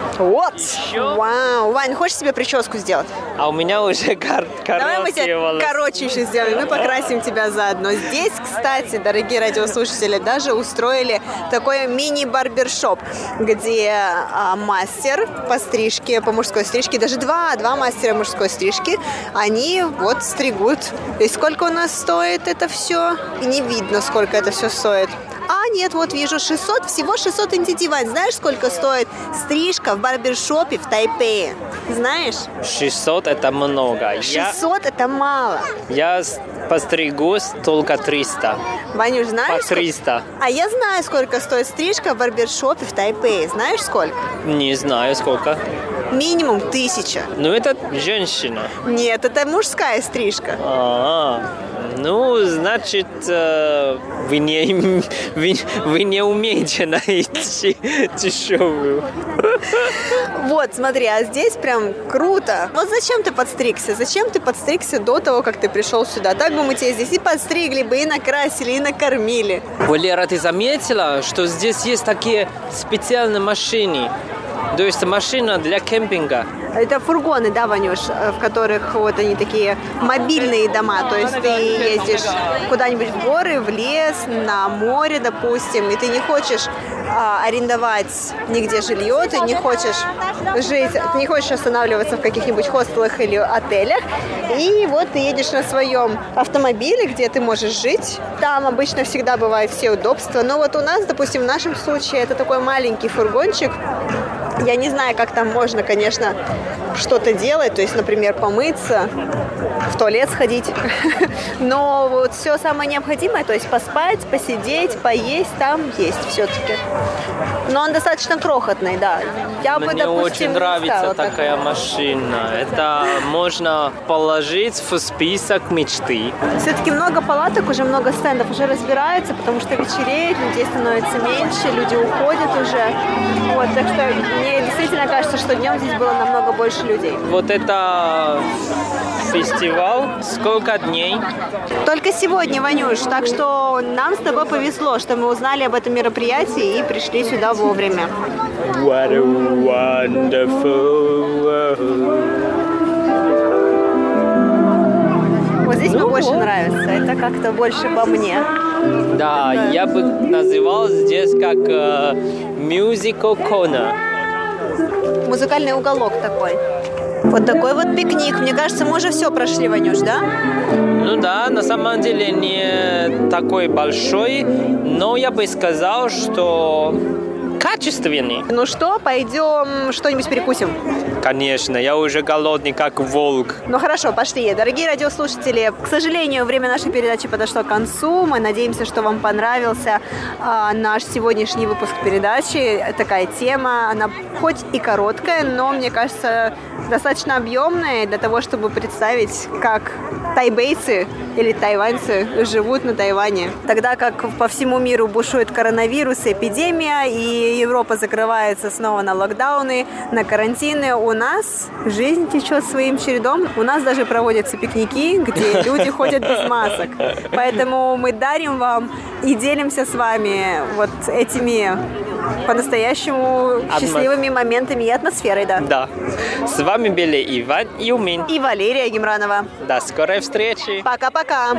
Вау. Вань, хочешь себе прическу сделать? А у меня уже Давай мы тебе короче еще сделаем, мы покрасим тебя заодно. Здесь, кстати, дорогие радиослушатели, даже устроили такой мини-барбершоп, где мастер по стрижке, по мужской стрижке, даже два мастера мужской стрижки, они вот стригут. И сколько у нас стоит это все? И не видно, сколько это все стоит. А, нет, вот вижу, 600, всего 600 NTT. Вань, знаешь, сколько стоит стрижка в барбершопе в Тайпее? Знаешь? 600 это много. 600 это мало. Я постригусь только 300. Ванюш, знаешь? По 300. А я знаю, сколько стоит стрижка в барбершопе в Тайпее. Знаешь, сколько? Не знаю, сколько. Минимум 1000. Ну, это женщина. Нет, это мужская стрижка. Ну, значит, вы не умеете найти дешевую. Вот, смотри, а здесь прям круто. Вот зачем ты подстригся? Зачем ты подстригся до того, как ты пришел сюда? Так бы мы тебя здесь и подстригли бы, и накрасили, и накормили. Валера, ты заметила, что здесь есть такие специальные машины? То есть машина для кемпинга. Это фургоны, да, Ванюш, в которых вот они такие мобильные дома. То есть ты ездишь куда-нибудь в горы, в лес, на море, допустим, и ты не хочешь арендовать нигде жилье, ты не хочешь жить, ты не хочешь останавливаться в каких-нибудь хостелах или отелях. И вот ты едешь на своем автомобиле, где ты можешь жить. Там обычно всегда бывают все удобства. Но вот у нас, допустим, в нашем случае это такой маленький фургончик. Я не знаю, как там можно, конечно, что-то делать, то есть, например, помыться, в туалет сходить. Но вот все самое необходимое, то есть поспать, посидеть, поесть, там есть все-таки. Но он достаточно крохотный, да. Мне очень нравится такая машина. Это можно положить в список мечты. Все-таки много палаток, уже много стендов уже разбирается, потому что вечереет, людей становится меньше, люди уходят уже. Вот, так что мне действительно кажется, что днем здесь было намного больше людей. Вот это фестиваль. Сколько дней? Только сегодня, Ванюш. Так что нам с тобой повезло, что мы узнали об этом мероприятии и пришли сюда вовремя. What a wonderful world. Вот здесь мне больше нравится. Это как-то больше по мне. Да, я бы называл здесь как musical corner. Музыкальный уголок такой. Вот такой вот пикник. Мне кажется, мы уже все прошли, Ванюш, да? Ну да, на самом деле не такой большой, но я бы сказал, что качественный. Ну что, пойдем что-нибудь перекусим? Конечно, я уже голодный, как волк. Ну хорошо, пошли. Дорогие радиослушатели, к сожалению, время нашей передачи подошло к концу. Мы надеемся, что вам понравился наш сегодняшний выпуск передачи. Такая тема, она хоть и короткая, но, мне кажется, достаточно объемная для того, чтобы представить, как тайбейцы или тайваньцы живут на Тайване. Тогда как по всему миру бушует коронавирус, эпидемия, и Европа закрывается снова на локдауны, на карантины, у нас жизнь течет своим чередом. У нас даже проводятся пикники, где люди ходят без масок. Поэтому мы дарим вам и делимся с вами вот этими по-настоящему счастливыми моментами и атмосферой, да. Да. С вами были Иван Юмин и Валерия Гемранова. До скорой встречи. Пока-пока.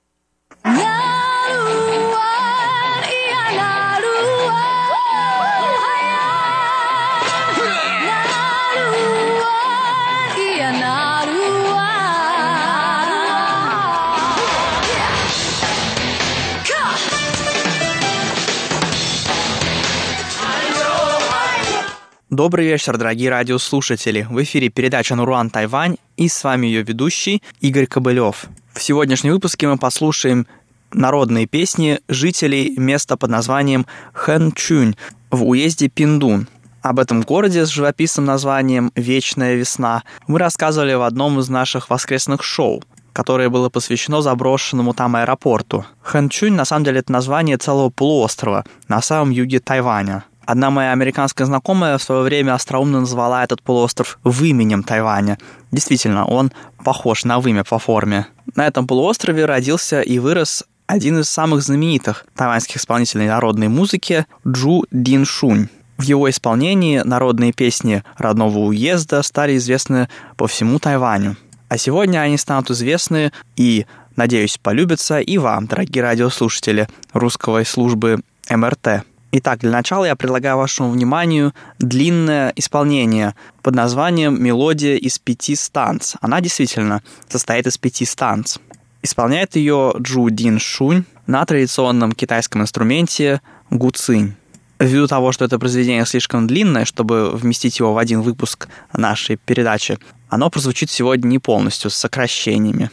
Добрый вечер, дорогие радиослушатели. В эфире передача «Наруан Тайвань» и с вами ее ведущий Игорь Кобылев. В сегодняшнем выпуске мы послушаем народные песни жителей места под названием Хэнчунь в уезде Пиндун. Об этом городе с живописным названием «Вечная весна» мы рассказывали в одном из наших воскресных шоу, которое было посвящено заброшенному там аэропорту. Хэнчунь, на самом деле, это название целого полуострова на самом юге Тайваня. Одна моя американская знакомая в свое время остроумно назвала этот полуостров выменем Тайваня. Действительно, он похож на вымя по форме. На этом полуострове родился и вырос один из самых знаменитых тайваньских исполнителей народной музыки Джу Дин Шунь. В его исполнении народные песни родного уезда стали известны по всему Тайваню. А сегодня они станут известны и, надеюсь, полюбятся и вам, дорогие радиослушатели русской службы МРТ. Итак, для начала я предлагаю вашему вниманию длинное исполнение под названием «Мелодия из 5 станц». Она действительно состоит из 5 станц. Исполняет ее Джу Дин Шунь на традиционном китайском инструменте гуцинь. Ввиду того, что это произведение слишком длинное, чтобы вместить его в один выпуск нашей передачи, оно прозвучит сегодня не полностью, с сокращениями.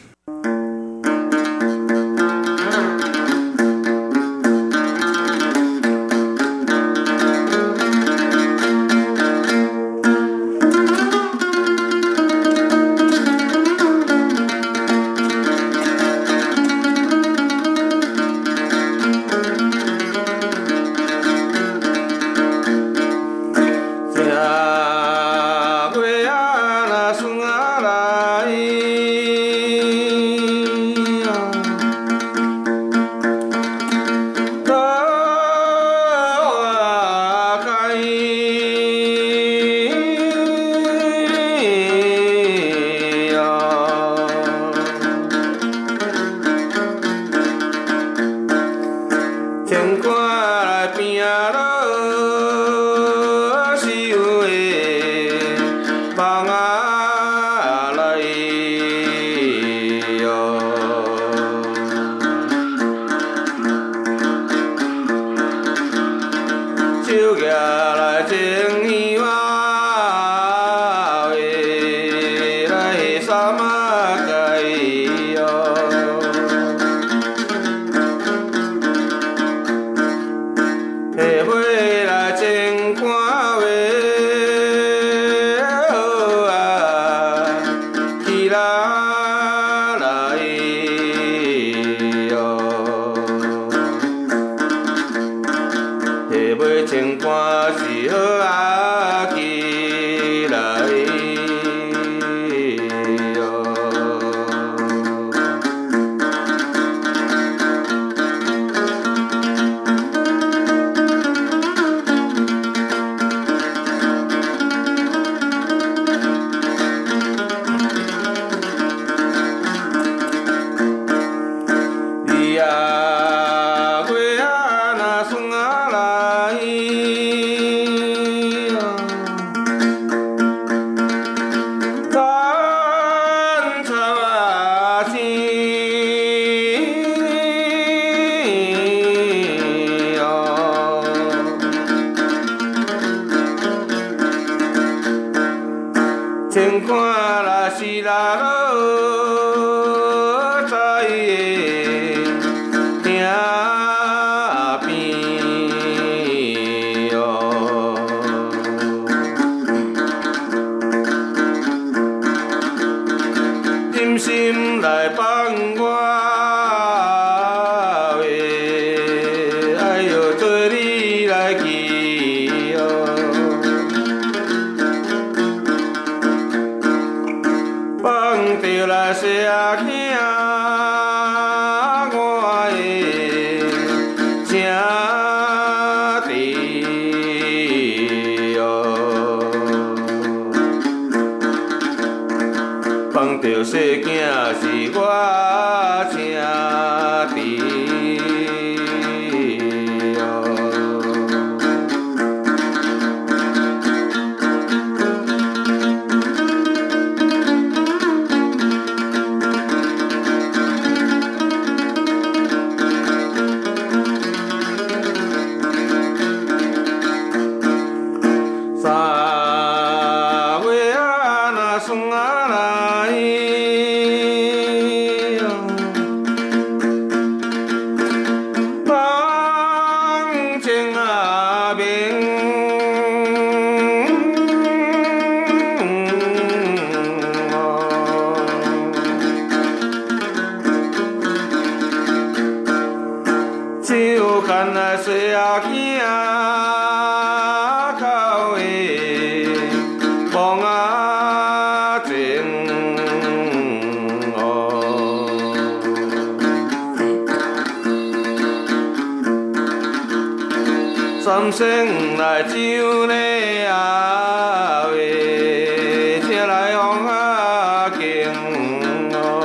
三生来酒咧啊喂，车来往啊行哦，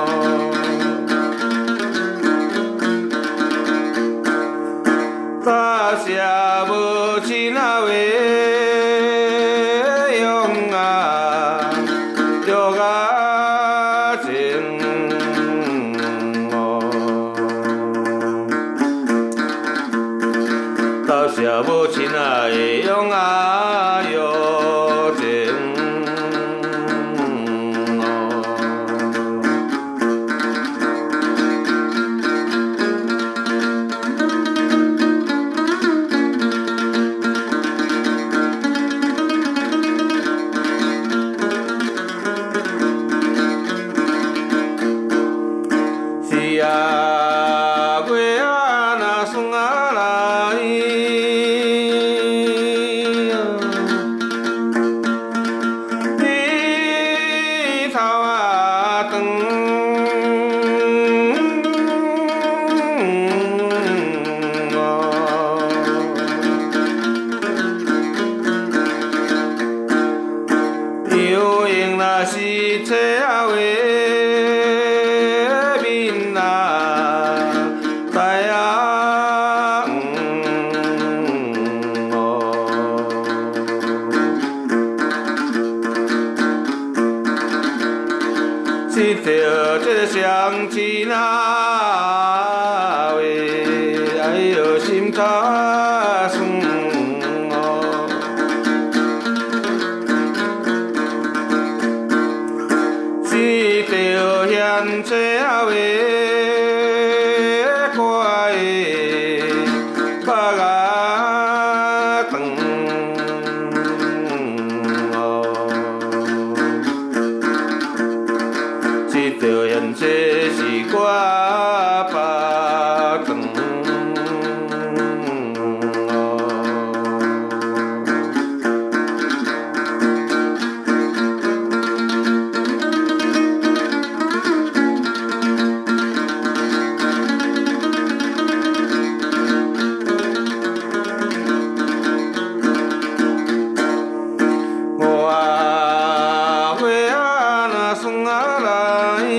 大社无亲啊喂用啊，着啊情哦，大社无亲啊用啊有情哦。是啊，月啊那霜啊来，日头啊长哦，又用那是车啊话。一条这相亲啊喂，哎呦心头酸哦，一条嫌这啊喂，快把啊长哦。一条沿这是我巴长我花啊那霜啊来。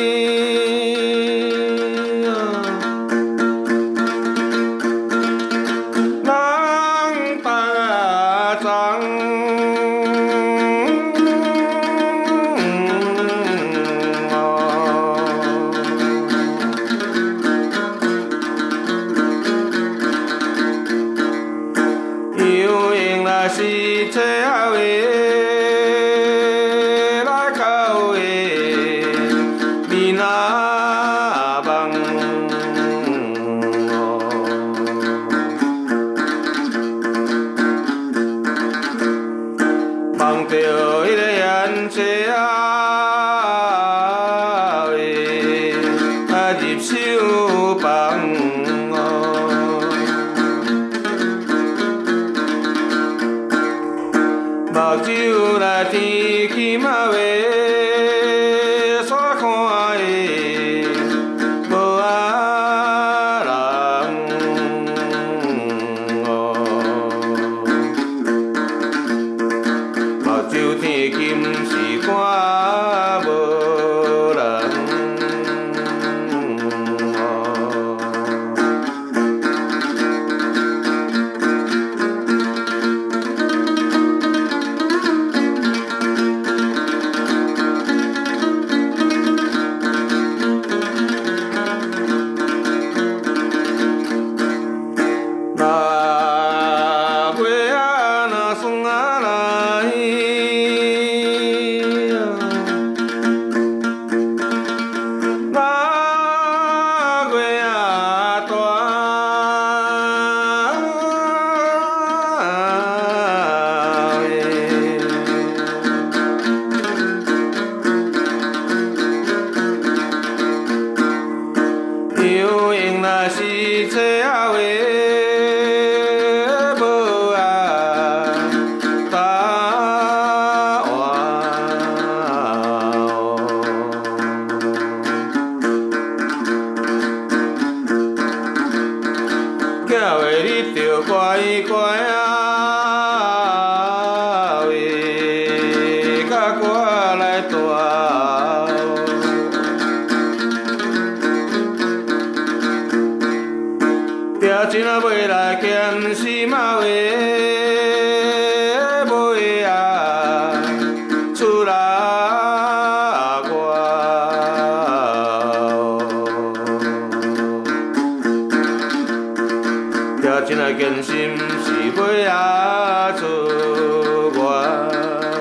又用那是车啊话来靠的面啊梦哦，梦着迄个缘车啊话啊入手房哦。目睭来天气嘛话，煞看的无啊人哦。目睭天金是看无人哦。那月啊那霜啊来，那月啊大，又用那是车啊话。 徛话你着乖乖啊，为甲我来大。条钱啊买来咸丝马话，买啊厝内外。条钱啊咸心是买啊厝外。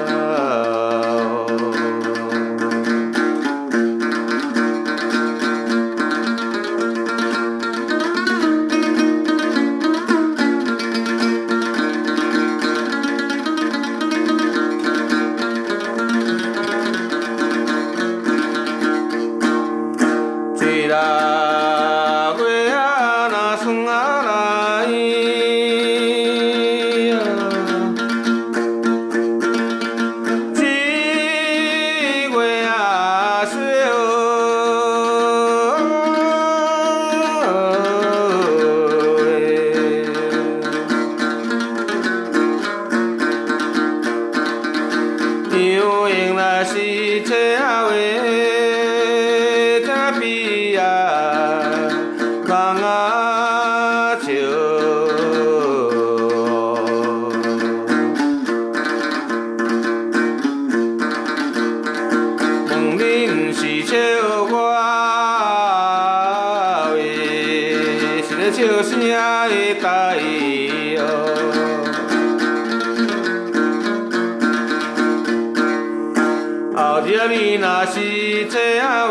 你若是这话，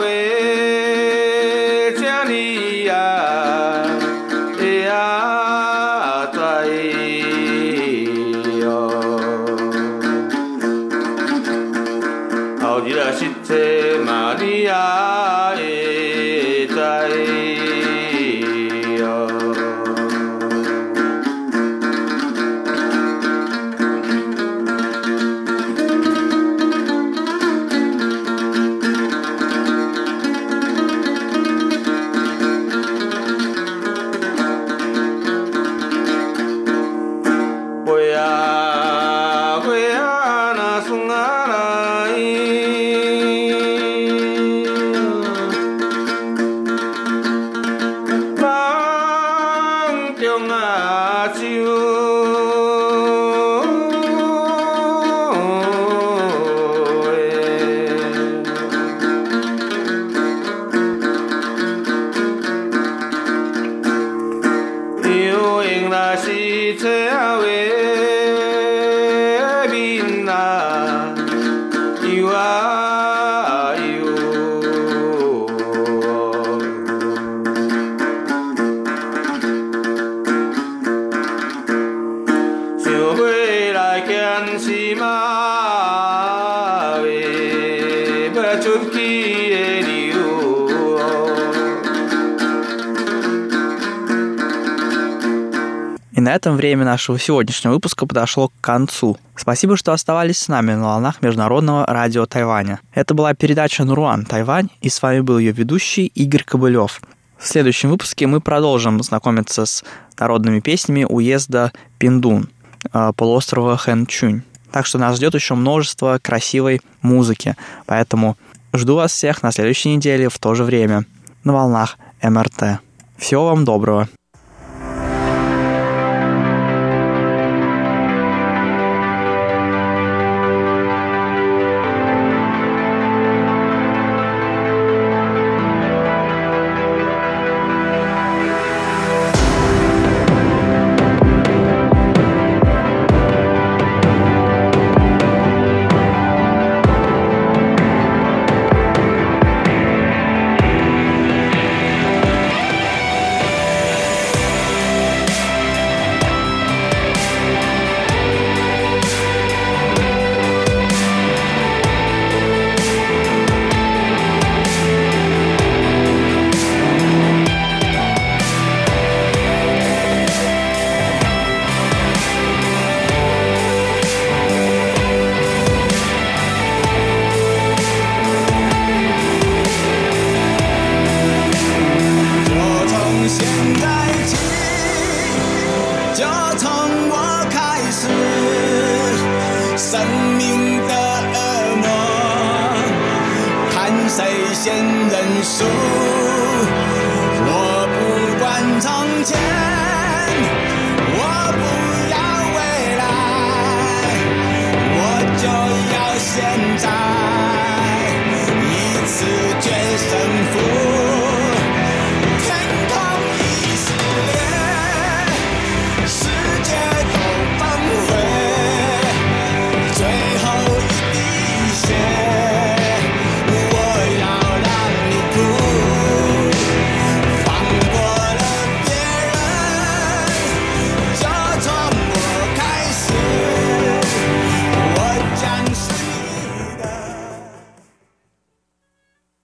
这你啊会知哦。后日若是这嘛你也会知哦。 И на этом время нашего сегодняшнего выпуска подошло к концу. Спасибо, что оставались с нами на волнах Международного радио Тайваня. Это была передача «Наруан Тайвань», и с вами был ее ведущий Игорь Кобылев. В следующем выпуске мы продолжим знакомиться с народными песнями уезда Пиндун, полуострова Хэнчунь. Так что нас ждет еще множество красивой музыки. Поэтому жду вас всех на следующей неделе в то же время на волнах МРТ. Всего вам доброго. 生命的恶魔，看谁先认输。我不管从前。